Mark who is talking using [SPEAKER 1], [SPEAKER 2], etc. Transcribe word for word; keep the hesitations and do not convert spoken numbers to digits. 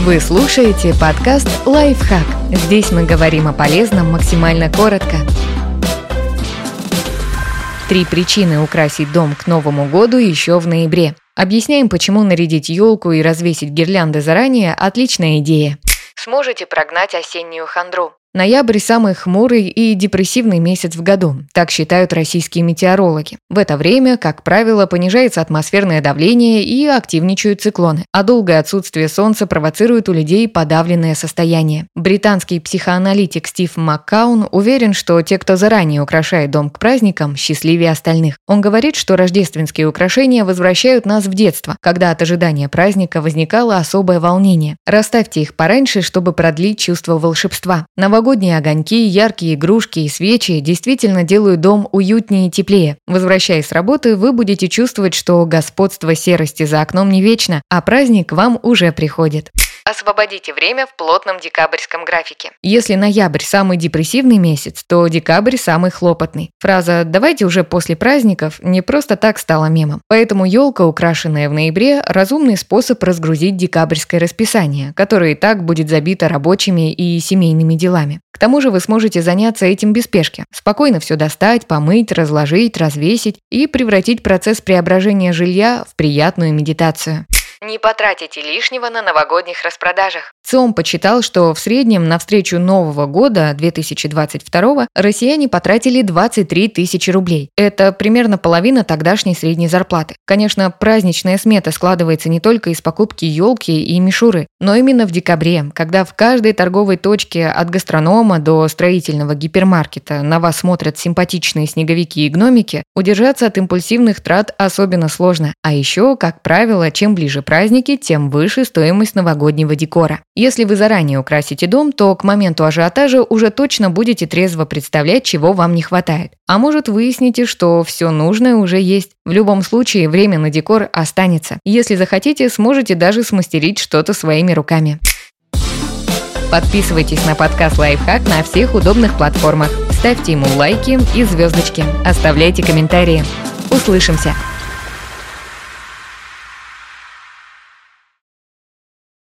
[SPEAKER 1] Вы слушаете подкаст «Лайфхак». Здесь мы говорим о полезном максимально коротко. Три причины украсить дом к Новому году еще в ноябре. Объясняем, почему нарядить елку и развесить гирлянды заранее – отличная идея. Сможете прогнать осеннюю хандру. Ноябрь – самый хмурый и депрессивный месяц в году, так считают российские метеорологи. В это время, как правило, понижается атмосферное давление и активничают циклоны, а долгое отсутствие солнца провоцирует у людей подавленное состояние. Британский психоаналитик Стив Маккаун уверен, что те, кто заранее украшает дом к праздникам, счастливее остальных. Он говорит, что рождественские украшения возвращают нас в детство, когда от ожидания праздника возникало особое волнение. Расставьте их пораньше, чтобы продлить чувство волшебства. Новогодние огоньки, яркие игрушки и свечи действительно делают дом уютнее и теплее. Возвращаясь с работы, вы будете чувствовать, что господство серости за окном не вечно, а праздник к вам уже приходит. Освободите время в плотном декабрьском графике. Если ноябрь самый депрессивный месяц, то декабрь самый хлопотный. Фраза «давайте уже после праздников» не просто так стала мемом. Поэтому елка, украшенная в ноябре, разумный способ разгрузить декабрьское расписание, которое и так будет забито рабочими и семейными делами. К тому же вы сможете заняться этим без спешки. Спокойно все достать, помыть, разложить, развесить и превратить процесс преображения жилья в приятную медитацию. Не потратите лишнего на новогодних распродажах. ЦИОМ подсчитал, что в среднем на встречу Нового года две тысячи двадцать второго россияне потратили двадцать три тысячи рублей. Это примерно половина тогдашней средней зарплаты. Конечно, праздничная смета складывается не только из покупки елки и мишуры, но именно в декабре, когда в каждой торговой точке от гастронома до строительного гипермаркета на вас смотрят симпатичные снеговики и гномики, удержаться от импульсивных трат особенно сложно. А еще, как правило, чем ближе праздники, тем выше стоимость новогоднего декора. Если вы заранее украсите дом, то к моменту ажиотажа уже точно будете трезво представлять, чего вам не хватает. А может, выясните, что все нужное уже есть. В любом случае, время на декор останется. Если захотите, сможете даже смастерить что-то своими руками. Подписывайтесь на подкаст «Лайфхак» на всех удобных платформах. Ставьте ему лайки и звездочки. Оставляйте комментарии. Услышимся!